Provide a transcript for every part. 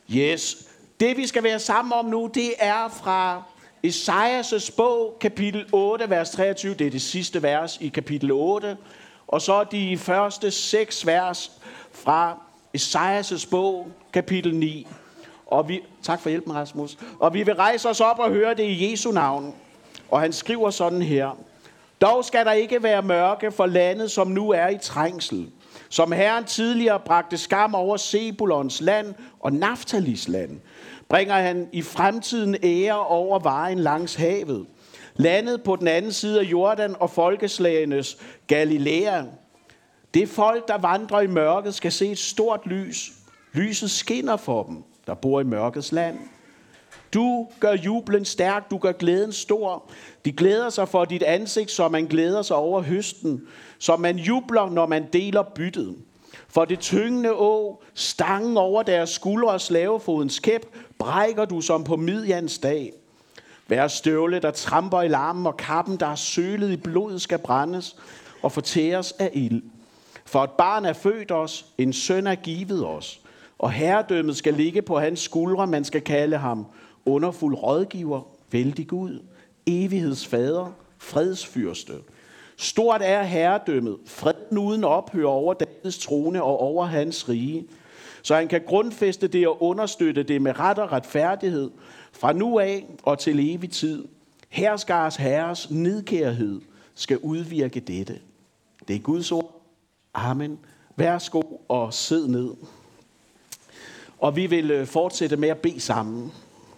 Yes. Det vi skal være sammen om nu, det er fra Esajas bog, kapitel 8, vers 23. Det er det sidste vers i kapitel 8. Og så de første 6 vers fra Esajas bog, kapitel 9. Tak for hjælpen, Rasmus. Og vi vil rejse os op og høre det i Jesu navn. Og han skriver sådan her. Dog skal der ikke være mørke for landet, som nu er i trængsel. Som Herren tidligere bragte skam over Sebulons land og Naftalis land, bringer han i fremtiden ære over vejen langs havet. Landet på den anden side af Jordan og folkeslagenes Galilea. Det folk, der vandrer i mørket, skal se et stort lys. Lyset skinner for dem, der bor i mørkets land. Du gør jublen stærk, du gør glæden stor. De glæder sig for dit ansigt, som man glæder sig over høsten. Som man jubler, når man deler byttet. For det tyngende å, stangen over deres skuldre og slavefodens kæp, brækker du som på Midjans dag. Hver støvle, der tramper i larmen, og kappen, der er sølet i blodet, skal brændes og fortæres af ild. For et barn er født os, en søn er givet os. Og herredømmet skal ligge på hans skuldre, man skal kalde ham underfuld rådgiver, vældig Gud, evighedsfader, fredsfyrste. Stort er herredømmet, freden uden ophør over Davids trone og over hans rige, så han kan grundfæste det og understøtte det med ret og retfærdighed fra nu af og til evig tid. Herskars herres nidkærhed skal udvirke dette. Det er Guds ord. Amen. Værsgo og sid ned. Og vi vil fortsætte med at bede sammen.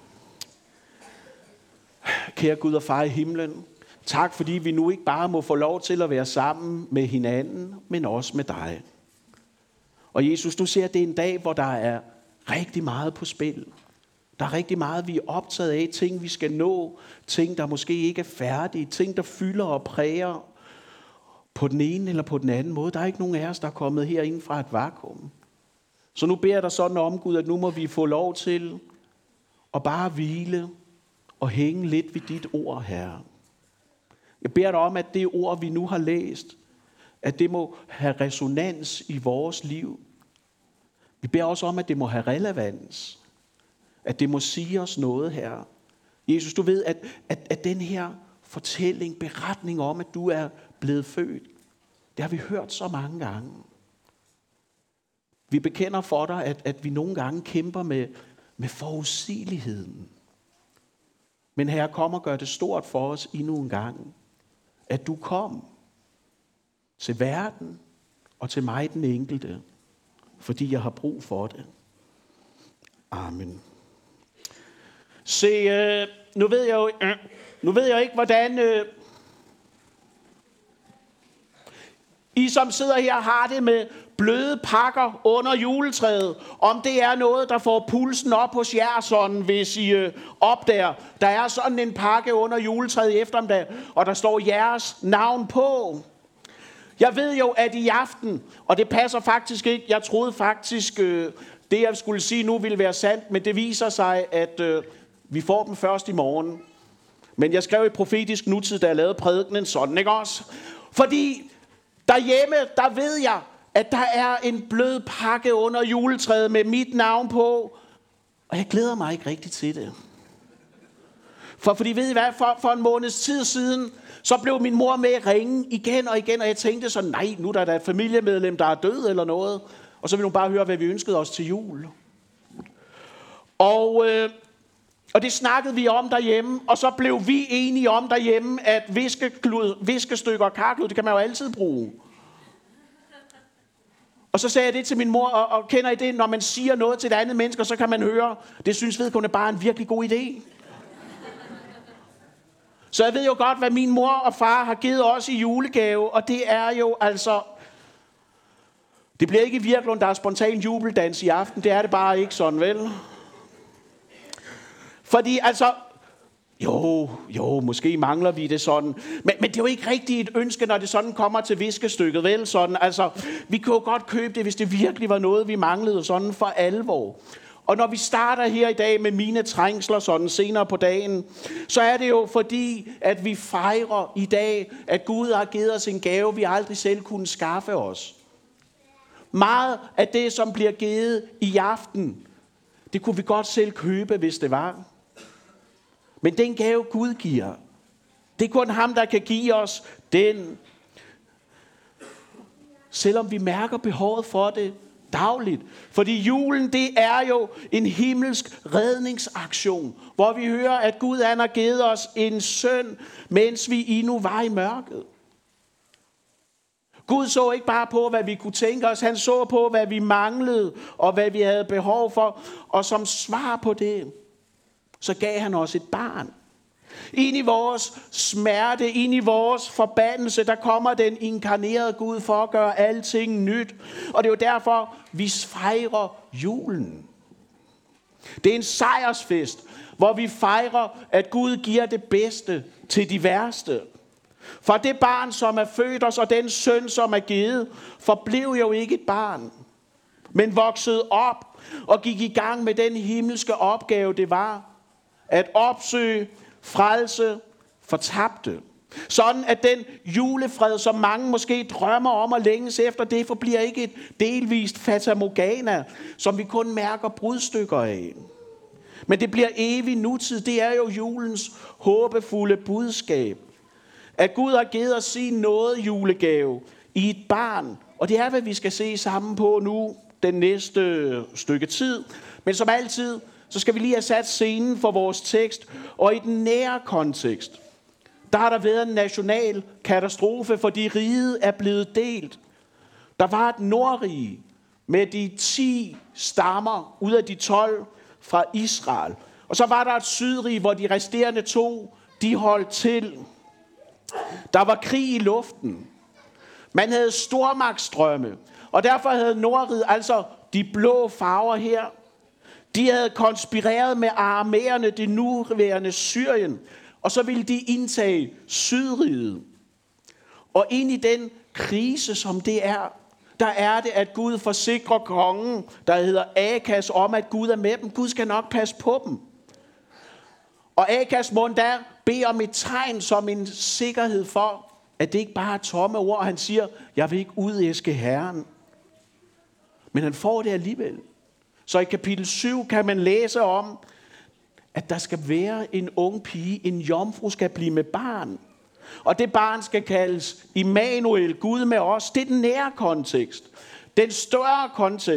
Kære Gud og far i himlen, tak fordi vi nu ikke bare må få lov til at være sammen med hinanden, men også med dig. Og Jesus, du ser, at det er en dag, hvor der er rigtig meget på spil. Der er rigtig meget, vi er optaget af, ting vi skal nå, ting der måske ikke er færdige, ting der fylder og præger på den ene eller på den anden måde. Der er ikke nogen af os, der er kommet herind fra et vakuum. Så nu beder jeg dig sådan om, Gud, at nu må vi få lov til at bare hvile og hænge lidt ved dit ord, Herre. Jeg beder dig om, at det ord, vi nu har læst, at det må have resonans i vores liv. Vi beder også om, at det må have relevans. At det må sige os noget, Herre. Jesus, du ved, at den her fortælling, beretning om, at du er blevet født, det har vi hørt så mange gange. Vi bekender for dig, at vi nogle gange kæmper med forudsigeligheden. Men Herre, kom og gør det stort for os endnu en gang, at du kom til verden og til mig den enkelte, fordi jeg har brug for det. Amen. Se, nu ved jeg jo ikke, hvordan I som sidder her har det med bløde pakker under juletræet. Om det er noget, der får pulsen op hos jer, sådan, hvis I opdager. Der er sådan en pakke under juletræet i eftermiddag, og der står jeres navn på. Jeg ved jo, at i aften, og det passer faktisk ikke, jeg troede faktisk, det jeg skulle sige nu ville være sandt, men det viser sig, at vi får dem først i morgen. Men jeg skrev i Profetisk Nutid, da jeg lavede prædikenen, sådan, ikke også? Fordi derhjemme, der ved jeg, at der er en blød pakke under juletræet med mit navn på. Og jeg glæder mig ikke rigtig til det. Fordi ved I hvad, for en måneds tid siden, så blev min mor med at ringe igen og igen. Og jeg tænkte så, nej, nu er der et familiemedlem, der er død eller noget. Og så vil hun bare høre, hvad vi ønskede os til jul. Og det snakkede vi om derhjemme. Og så blev vi enige om derhjemme, at viskestykker og karklud, det kan man jo altid bruge. Og så sagde jeg det til min mor, og kender I det, når man siger noget til et andet menneske, så kan man høre, det synes vedkommende bare er en virkelig god idé. Så jeg ved jo godt, hvad min mor og far har givet os i julegave, og det er jo altså, det bliver ikke i Virklund, der er spontan jubeldans i aften, det er det bare ikke sådan, vel? Fordi altså, jo, måske mangler vi det sådan. Men det er jo ikke rigtigt et ønske, når det sådan kommer til viskestykket, vel? Sådan, altså, vi kunne jo godt købe det, hvis det virkelig var noget, vi manglede sådan for alvor. Og når vi starter her i dag med mine trængsler sådan senere på dagen, så er det jo fordi, at vi fejrer i dag, at Gud har givet os en gave, vi aldrig selv kunne skaffe os. Meget af det, som bliver givet i aften, det kunne vi godt selv købe, hvis det var. Men den gave Gud giver, det er kun ham, der kan give os den. Selvom vi mærker behovet for det dagligt. Fordi julen, det er jo en himmelsk redningsaktion, hvor vi hører, at Gud han har givet os en søn, mens vi endnu var i mørket. Gud så ikke bare på, hvad vi kunne tænke os. Han så på, hvad vi manglede, og hvad vi havde behov for. Og som svar på det, så gav han os et barn. Ind i vores smerte, ind i vores forbandelse, der kommer den inkarnerede Gud for at gøre alting nyt. Og det er jo derfor, vi fejrer julen. Det er en sejrsfest, hvor vi fejrer, at Gud giver det bedste til de værste. For det barn, som er født os, og den søn, som er givet, forblev jo ikke et barn, men voksede op og gik i gang med den himmelske opgave, det var at opsøge, frelse, fortabte. Sådan at den julefred, som mange måske drømmer om og længes efter, det forbliver ikke et delvist fatamorgana, som vi kun mærker brudstykker af. Men det bliver evig nutid. Det er jo julens håbefulde budskab. At Gud har givet os sin nåde julegave i et barn. Og det er, hvad vi skal se sammen på nu den næste stykke tid. Men som altid, så skal vi lige have sat scenen for vores tekst. Og i den nære kontekst, der har der været en national katastrofe, fordi riget er blevet delt. Der var et nordrige med de 10 stammer ud af de 12 fra Israel. Og så var der et sydrige, hvor de resterende 2, de holdt til. Der var krig i luften. Man havde stormagtsdrømme. Og derfor havde Nordriget, altså de blå farver her, de havde konspireret med aramæerne, det nuværende Syrien. Og så ville de indtage Sydriget. Og ind i den krise, som det er, der er det, at Gud forsikrer kongen, der hedder Akas, om at Gud er med dem. Gud skal nok passe på dem. Og Akas må der bede om et tegn som en sikkerhed for, at det ikke bare er tomme ord. Han siger, jeg vil ikke udæske Herren. Men han får det alligevel. Så i kapitel 7 kan man læse om, at der skal være en ung pige, en jomfru skal blive med barn. Og det barn skal kaldes Immanuel, Gud med os. Det er den nære kontekst. Den større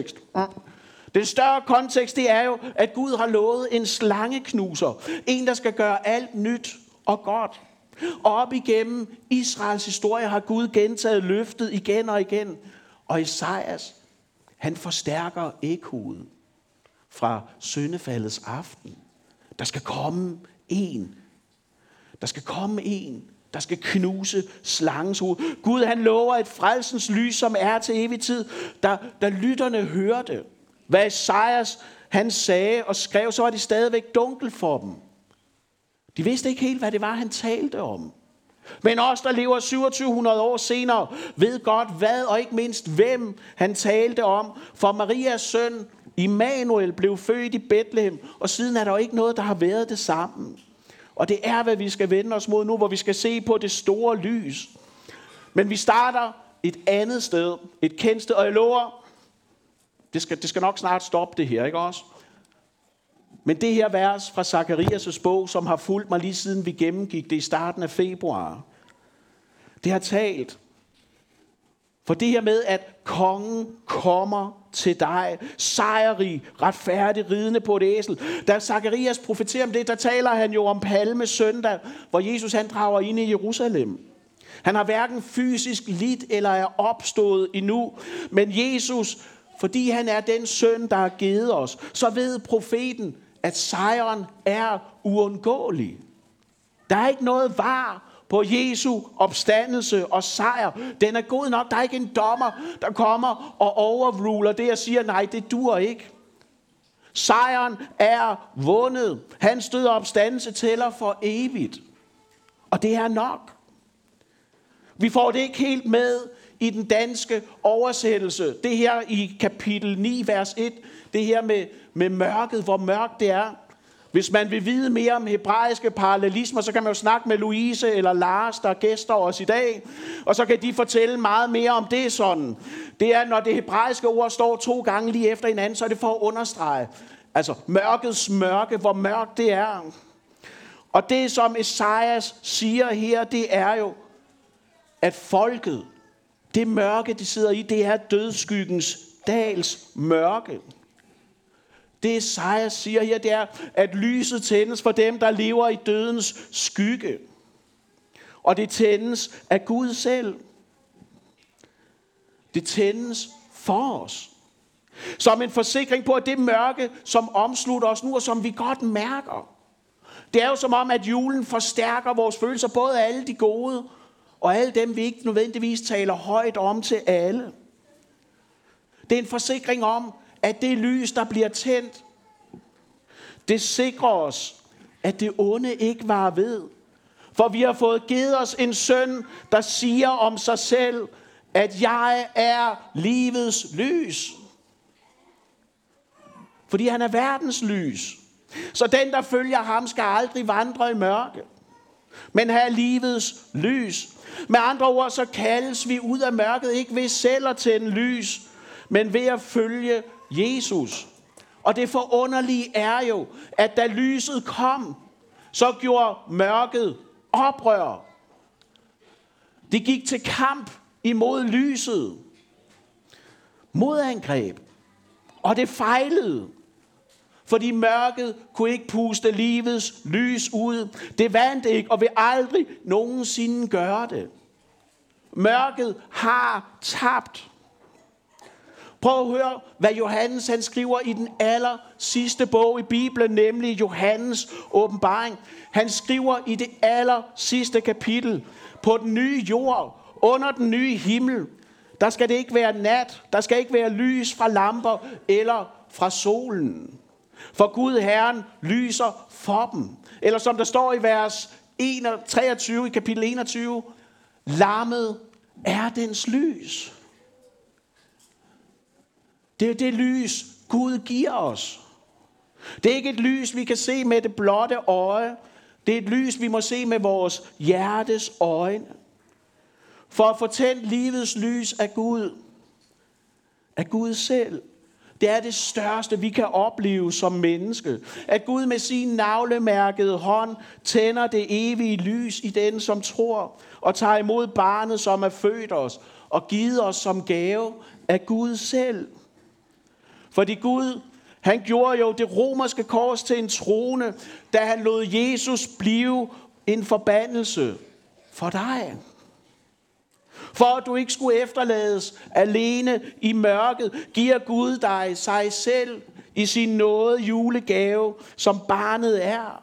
kontekst, det er jo, at Gud har lovet en slangeknuser. En, der skal gøre alt nyt og godt. Og op igennem Israels historie har Gud gentaget løftet igen og igen. Og Esajas, han forstærker ekkoet fra syndefaldets aften. Der skal komme en. Der skal komme en, der skal knuse slangens hoved. Gud, han lover et frelsens lys, som er til evig tid. Da lytterne hørte, hvad Esajas han sagde og skrev, så var det stadigvæk dunkelt for dem. De vidste ikke helt, hvad det var, han talte om. Men os, der lever 2700 år senere, ved godt hvad og ikke mindst hvem han talte om. For Marias søn, Immanuel, blev født i Bethlehem, og siden er der jo ikke noget, der har været det samme. Og det er, hvad vi skal vende os mod nu, hvor vi skal se på det store lys. Men vi starter et andet sted, et kendt sted, og jeg lover, det skal nok snart stoppe det her, ikke også? Men det her vers fra Zakarias' bog, som har fulgt mig lige siden vi gennemgik det i starten af februar, det har talt for det her med, at kongen kommer til dig, sejrrig, retfærdig, ridende på et æsel. Da Zakarias profeterer om det, der taler han jo om palmesøndag, hvor Jesus han drager ind i Jerusalem. Han har hverken fysisk lidt eller er opstået endnu, men Jesus, fordi han er den søn, der har givet os, så ved profeten, at sejren er uundgåelig. Der er ikke noget var på Jesu opstandelse og sejr. Den er god nok. Der er ikke en dommer, der kommer og overruler det og siger, nej, det duer ikke. Sejren er vundet. Hans død og opstandelse tæller for evigt. Og det er nok. Vi får det ikke helt med i den danske oversættelse. Det her i kapitel 9, vers 1. Det her med mørket, hvor mørkt det er. Hvis man vil vide mere om hebraiske parallelismer, så kan man jo snakke med Louise eller Lars, der er gæster os i dag. Og så kan de fortælle meget mere om det sådan. Det er, når det hebraiske ord står 2 gange lige efter hinanden, så er det for at understrege, Altså mørkets mørke, hvor mørkt det er. Og det, som Esajas siger her, det er jo, at folket, det mørke, de sidder i, det er dødsskyggens dals mørke. Det Esajas siger her, det er, at lyset tændes for dem, der lever i dødens skygge. Og det tændes af Gud selv. Det tændes for os. Som en forsikring på, at det mørke, som omslutter os nu, og som vi godt mærker. Det er jo som om, at julen forstærker vores følelser, både alle de gode, og alle dem, vi ikke nødvendigvis taler højt om til alle. Det er en forsikring om, at det lys, der bliver tændt, det sikrer os, at det onde ikke varer ved. For vi har fået givet os en søn, der siger om sig selv, at jeg er livets lys. Fordi han er verdens lys. Så den, der følger ham, skal aldrig vandre i mørke, men have livets lys. Med andre ord, så kaldes vi ud af mørket, ikke ved selv at tænde lys, men ved at følge Jesus. Og det forunderlige er jo, at da lyset kom, så gjorde mørket oprør. De gik til kamp imod lyset. Modangreb. Og det fejlede. Fordi mørket kunne ikke puste livets lys ud. Det vandt ikke og vil aldrig nogensinde gøre det. Mørket har tabt. Prøv at høre, hvad Johannes han skriver i den aller sidste bog i Bibelen, nemlig Johannes åbenbaring. Han skriver i det aller sidste kapitel, på den nye jord, under den nye himmel, der skal det ikke være nat, der skal ikke være lys fra lamper eller fra solen. For Gud Herren lyser for dem. Eller som der står i vers 23 i kapitel 21, lammet er dens lys. Det er det lys, Gud giver os. Det er ikke et lys, vi kan se med det blotte øje. Det er et lys, vi må se med vores hjertes øjne. For at få tændt livets lys af Gud. Af Gud selv. Det er det største, vi kan opleve som menneske. At Gud med sin navlemærkede hånd tænder det evige lys i den, som tror. Og tager imod barnet, som er født os. Og givet os som gave af Gud selv. Fordi Gud, han gjorde jo det romerske kors til en trone, da han lod Jesus blive en forbandelse for dig. For at du ikke skulle efterlades alene i mørket, giver Gud dig sig selv i sin nåde julegave, som barnet er.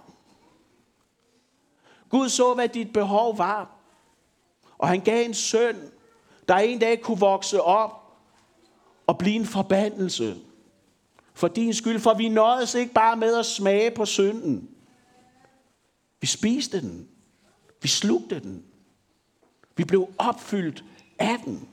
Gud så, hvad dit behov var, og han gav en søn, der en dag kunne vokse op og blive en forbandelse for din skyld. For vi nåedes ikke bare med at smage på synden. Vi spiste den. Vi slugte den. Vi blev opfyldt af den.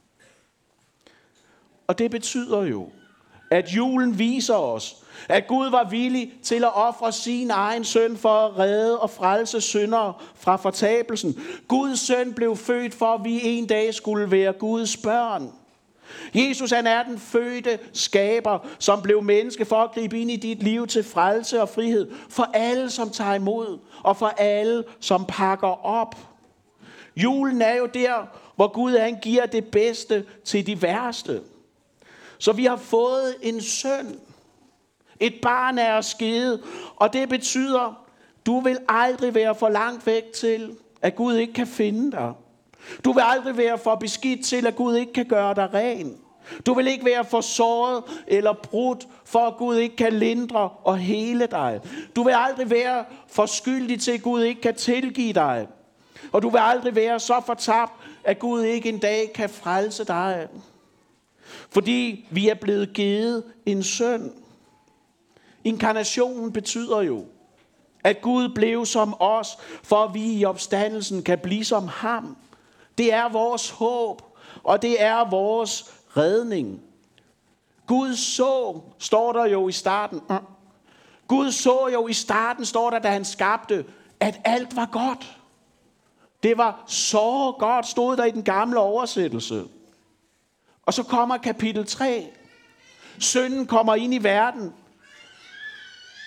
Og det betyder jo, at julen viser os, at Gud var villig til at ofre sin egen søn for at redde og frelse syndere fra fortabelsen. Guds søn blev født for, at vi en dag skulle være Guds børn. Jesus han er den fødte skaber, som blev menneske for at gribe ind i dit liv til frelse og frihed. For alle, som tager imod, og for alle, som pakker op. Julen er jo der, hvor Gud han giver det bedste til de værste. Så vi har fået en søn. Et barn er os givet, og det betyder, du vil aldrig være for langt væk til, at Gud ikke kan finde dig. Du vil aldrig være for beskidt til, at Gud ikke kan gøre dig ren. Du vil ikke være for såret eller brudt, for at Gud ikke kan lindre og hele dig. Du vil aldrig være for skyldig til, at Gud ikke kan tilgive dig. Og du vil aldrig være så fortabt, at Gud ikke en dag kan frelse dig. Fordi vi er blevet givet en søn. Inkarnationen betyder jo, at Gud blev som os, for at vi i opstandelsen kan blive som ham. Det er vores håb, og det er vores redning. Gud så, står der jo i starten. Gud så jo i starten, står der, da han skabte, at alt var godt. Det var så godt, stod der i den gamle oversættelse. Og så kommer kapitel 3. Synden kommer ind i verden.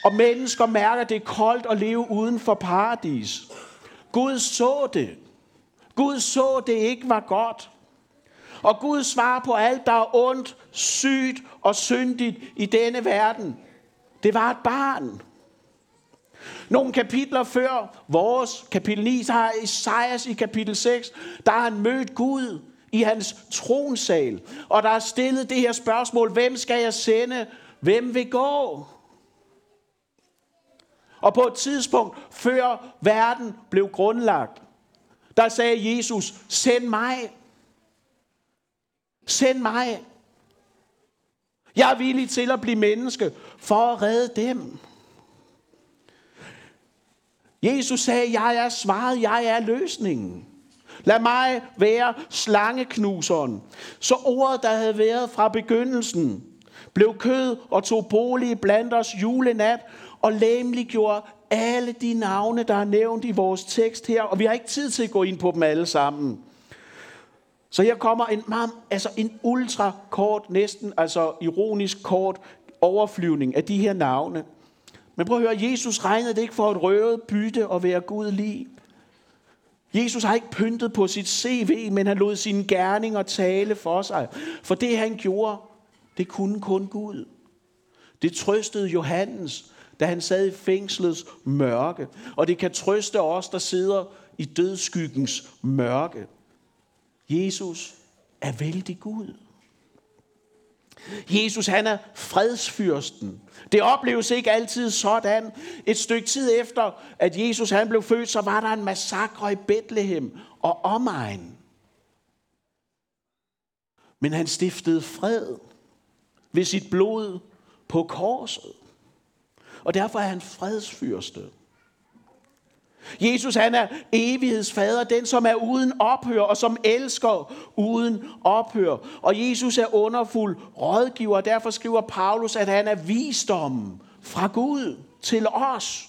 Og mennesker mærker, at det er koldt at leve uden for paradis. Gud så det. Gud så det ikke var godt. Og Gud svarer på alt, der er ondt, sygt og syndigt i denne verden. Det var et barn. Nogle kapitler før vores kapitel 9, så har Esajas i kapitel 6, der har han mødt Gud i hans tronsal. Og der er stillet det her spørgsmål: hvem skal jeg sende? Hvem vil gå? Og på et tidspunkt, før verden blev grundlagt, der sagde Jesus: send mig. Send mig. Jeg er villig til at blive menneske for at redde dem. Jesus sagde: jeg er svaret, jeg er løsningen. Lad mig være slangeknuseren. Så ordet, der havde været fra begyndelsen, blev kød og tog bolig blandt os julenat og legemliggjorde alle de navne, der er nævnt i vores tekst her. Og vi har ikke tid til at gå ind på dem alle sammen. Så her kommer en ultra kort, næsten ironisk kort overflyvning af de her navne. Men prøv at høre, Jesus regnede det ikke for et røvet bytte at være Gud lig. Jesus har ikke pyntet på sit CV, men han lod sine gerninger tale for sig. For det han gjorde, det kunne kun Gud. Det trøstede Johannes, da han sad i fængslets mørke. Og det kan trøste os, der sidder i dødsskyggens mørke. Jesus er vældig Gud. Jesus, han er fredsfyrsten. Det opleves ikke altid sådan. Et stykke tid efter, at Jesus han blev født, så var der en massakre i Bethlehem og omegn. Men han stiftede fred ved sit blod på korset. Og derfor er han fredsfyrste. Jesus, han er evighedsfader, den som er uden ophør og som elsker uden ophør. Og Jesus er underfuld rådgiver, og derfor skriver Paulus, at han er visdommen fra Gud til os.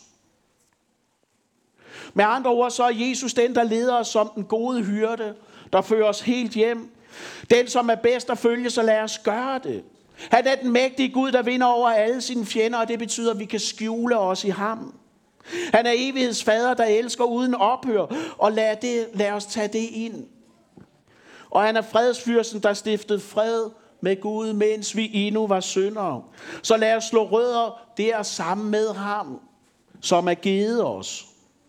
Med andre ord, så er Jesus den, der leder os som den gode hyrde, der fører os helt hjem. Den, som er bedst at følge, så lad os gøre det. Han er den mægtige Gud, der vinder over alle sine fjender, og det betyder, at vi kan skjule os i ham. Han er evighedsfader, der elsker uden ophør, og lad os tage det ind. Og han er fredsfyrsten, der stiftede fred med Gud, mens vi endnu var syndere. Så lad os slå rødder der sammen med ham, som er givet os.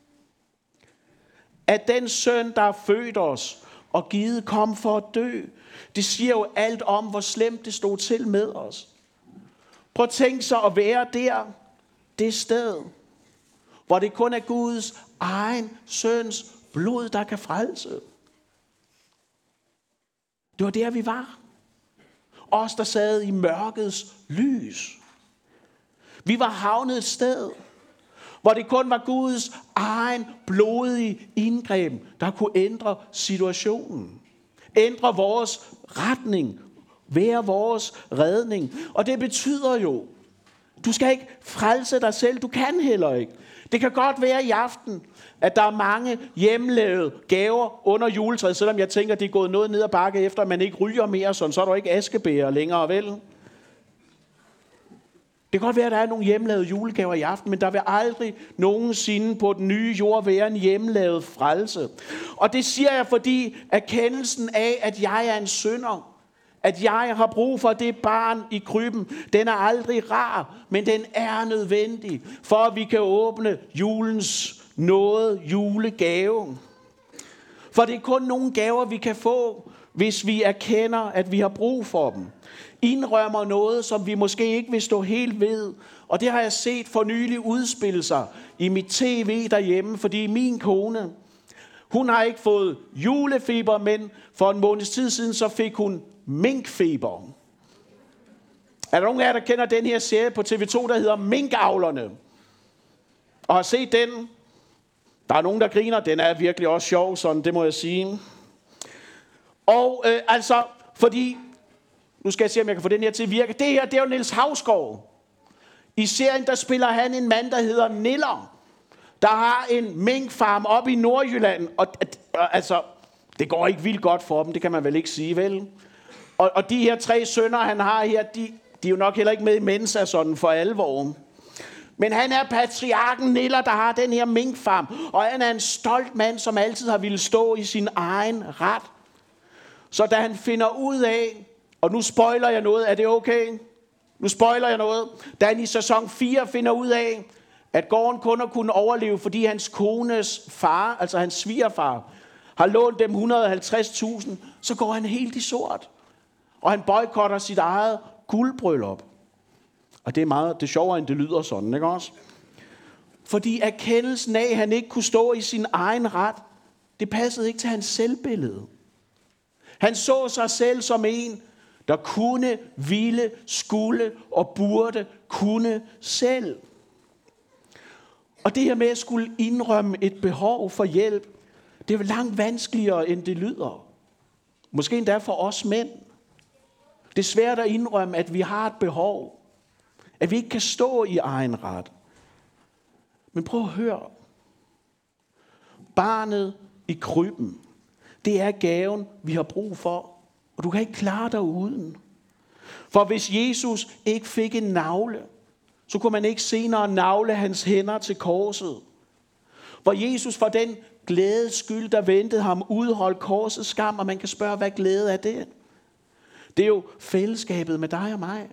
At den søn, der er født os og givet, kom for at dø, det siger jo alt om, hvor slemt det stod til med os. Prøv at tænke sig at være der, det sted, hvor det kun er Guds egen søns blod, der kan frelse. Det var der, vi var. Os, der sad i mørkets lys. Vi var havnet et sted, hvor det kun var Guds egen blodige indgreb, der kunne ændre situationen. Ændre vores retning. Være vores redning. Og det betyder jo, du skal ikke frelse dig selv. Du kan heller ikke. Det kan godt være i aften, at der er mange hjemmelavede gaver under juletræet, selvom jeg tænker, at det er gået noget ned ad bakke efter, at man ikke ryger mere, sådan, så er der ikke askebæger længere, vel? Det kan godt være, at der er nogle hjemmelavede julegaver i aften, men der vil aldrig nogensinde på den nye jord være en hjemmelavet frelse. Og det siger jeg, fordi erkendelsen af, at jeg er en synder, at jeg har brug for det barn i krybben, den er aldrig rar, men den er nødvendig, for at vi kan åbne julens nåde, julegave. For det er kun nogle gaver, vi kan få, hvis vi erkender, at vi har brug for dem. Indrømmer noget, som vi måske ikke vil stå helt ved. Og det har jeg set for nylig udspille sig i mit tv derhjemme, fordi min kone, hun har ikke fået julefeber, men for en måneds tid siden, så fik hun minkfeber. Er der nogen af jer, der kender den her serie på TV2, der hedder Minkavlerne? Og har set den? Der er nogen, der griner. Den er virkelig også sjov, sådan det må jeg sige. Og fordi, nu skal jeg se, om jeg kan få den her til at virke. Det her, det er jo Niels Hausgaard. I serien, der spiller han en mand, der hedder Niller, der har en minkfarm op i Nordjylland. Og det går ikke vildt godt for dem, det kan man vel ikke sige, vel? Og de her 3 sønner, han har her, de er jo nok heller ikke med i Mensa sådan for alvor. Men han er patriarken Niller, der har den her minkfarm. Og han er en stolt mand, som altid har ville stå i sin egen ret. Så da han finder ud af, og nu spoiler jeg noget, er det okay? Nu spoiler jeg noget. Da han i sæson 4 finder ud af, at gården kun har kunnet overleve, fordi hans kones far, altså hans svigerfar, har lånt dem 150.000, så går han helt i sort. Og han boykotter sit eget guldbryllup. Og det er meget, det er sjovere, end det lyder sådan, ikke også? Fordi erkendelsen af, at han ikke kunne stå i sin egen ret, det passede ikke til hans selvbillede. Han så sig selv som en, der kunne, ville, skulle og burde kunne selv. Og det her med at skulle indrømme et behov for hjælp, det er jo langt vanskeligere, end det lyder. Måske endda for os mænd. Det er svært at indrømme, at vi har et behov. At vi ikke kan stå i egen ret. Men prøv at høre. Barnet i krybben, det er gaven, vi har brug for. Og du kan ikke klare dig uden. For hvis Jesus ikke fik en navle, så kunne man ikke senere navle hans hænder til korset. Hvor Jesus for den glædes skyld, der ventede ham, udholdt korsets skam, og man kan spørge, hvad glæde er det? Det er jo fællesskabet med dig og mig.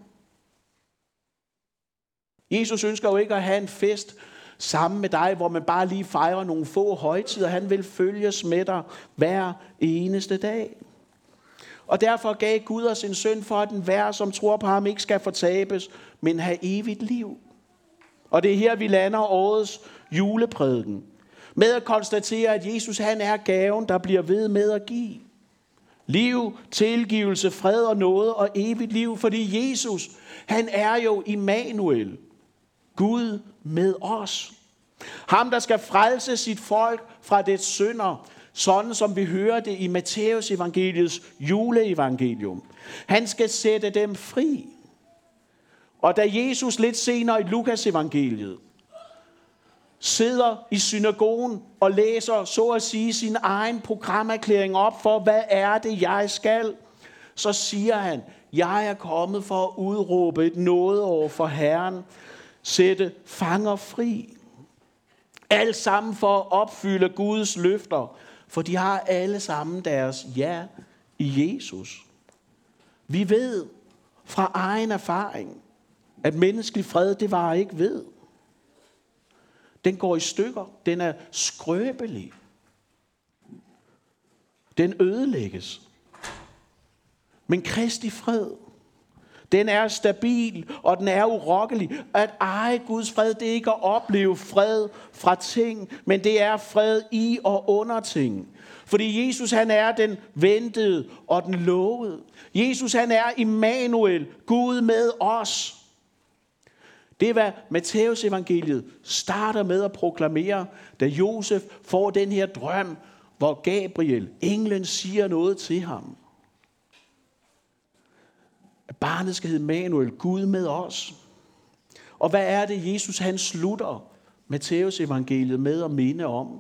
Jesus ønsker jo ikke at have en fest sammen med dig, hvor man bare lige fejrer nogle få højtider. Han vil følges med dig hver eneste dag. Og derfor gav Gud os en søn for, at enhver, som tror på ham, ikke skal fortabes, men have evigt liv. Og det er her, vi lander årets juleprædiken. Med at konstatere, at Jesus han er gaven, der bliver ved med at give. Liv, tilgivelse, fred og nåde og evigt liv. Fordi Jesus, han er jo Immanuel. Gud med os. Ham, der skal frelse sit folk fra dets synder. Sådan som vi hører det i Matthæus evangeliets juleevangelium. Han skal sætte dem fri. Og da Jesus lidt senere i Lukas evangeliet sidder i synagogen og læser, så at sige, sin egen programerklæring op for, hvad er det, jeg skal, så siger han, jeg er kommet for at udråbe et nådeår for Herren, sætte fanger fri. Alt sammen for at opfylde Guds løfter, for de har alle sammen deres ja i Jesus. Vi ved fra egen erfaring, at menneskelig fred, det varer ikke ved. Den går i stykker. Den er skrøbelig. Den ødelægges. Men Kristi fred, den er stabil, og den er urokkelig. At eje Guds fred, det er ikke at opleve fred fra ting, men det er fred i og under ting. Fordi Jesus, han er den ventede og den lovede. Jesus, han er Immanuel, Gud med os. Det er, hvad Matthæus evangeliet starter med at proklamere, da Josef får den her drøm, hvor Gabriel, englen, siger noget til ham. At barnet skal hedde Immanuel, Gud med os. Og hvad er det, Jesus han slutter Matthæus evangeliet med at minde om?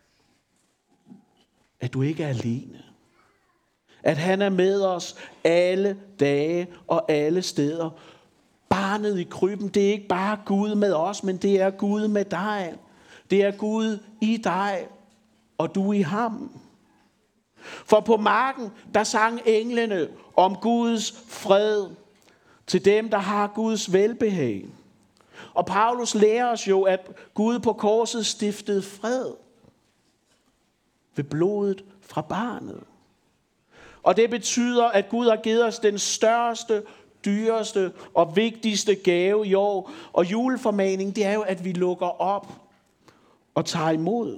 At du ikke er alene. At han er med os alle dage og alle steder. Barnet i krybben, det er ikke bare Gud med os, men det er Gud med dig. Det er Gud i dig, og du i ham. For på marken, der sang englene om Guds fred til dem, der har Guds velbehag. Og Paulus lærer os jo, at Gud på korset stiftede fred ved blodet fra barnet. Og det betyder, at Gud har givet os den største, dyreste og vigtigste gave i år. Og juleformaningen, det er jo, at vi lukker op og tager imod.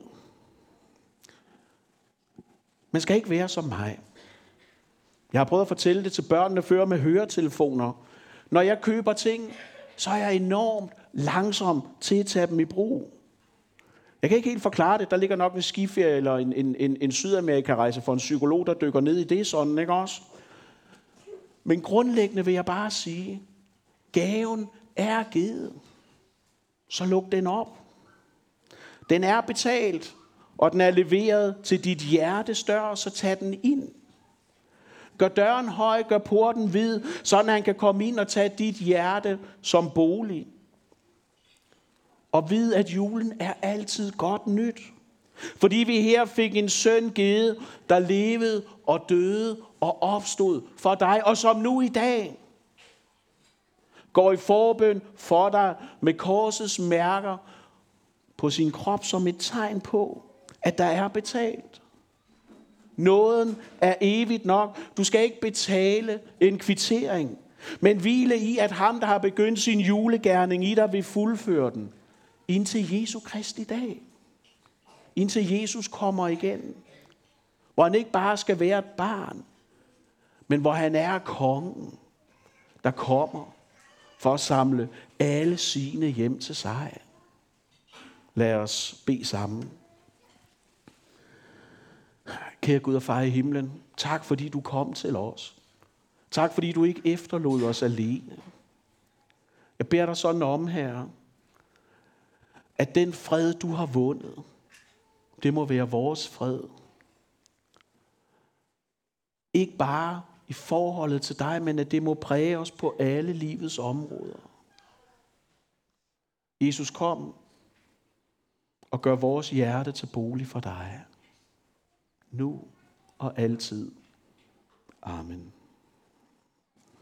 Man skal ikke være som mig. Jeg har prøvet at fortælle det til børnene før med høretelefoner. Når jeg køber ting, så er jeg enormt langsom til at tage dem i brug. Jeg kan ikke helt forklare det. Der ligger nok en skiferie eller en Sydamerika-rejse for en psykolog, der dykker ned i det sådan, ikke også? Men grundlæggende vil jeg bare sige, gaven er givet. Så luk den op. Den er betalt, og den er leveret til dit hjertes dør, så tag den ind. Gør døren høj, gør porten hvid, sådan han kan komme ind og tage dit hjerte som bolig. Og vide, at julen er altid godt nyt. Fordi vi her fik en søn givet, der levede og døde og opstod for dig, og som nu i dag går i forbøn for dig med korsets mærker på sin krop som et tegn på, at der er betalt. Nåden er evigt nok. Du skal ikke betale en kvittering, men hvile i, at ham, der har begyndt sin julegerning i dig, vil fuldføre den indtil Jesu Kristi dag. Indtil Jesus kommer igen. Hvor han ikke bare skal være et barn, men hvor han er kongen, der kommer for at samle alle sine hjem til sig. Lad os bede sammen. Kære Gud og Far i himlen, tak fordi du kom til os. Tak fordi du ikke efterlod os alene. Jeg beder dig sådan om, Herre, at den fred, du har vundet, det må være vores fred. Ikke bare i forholdet til dig, men at det må præge os på alle livets områder. Jesus, kom og gør vores hjerte til bolig for dig. Nu og altid. Amen.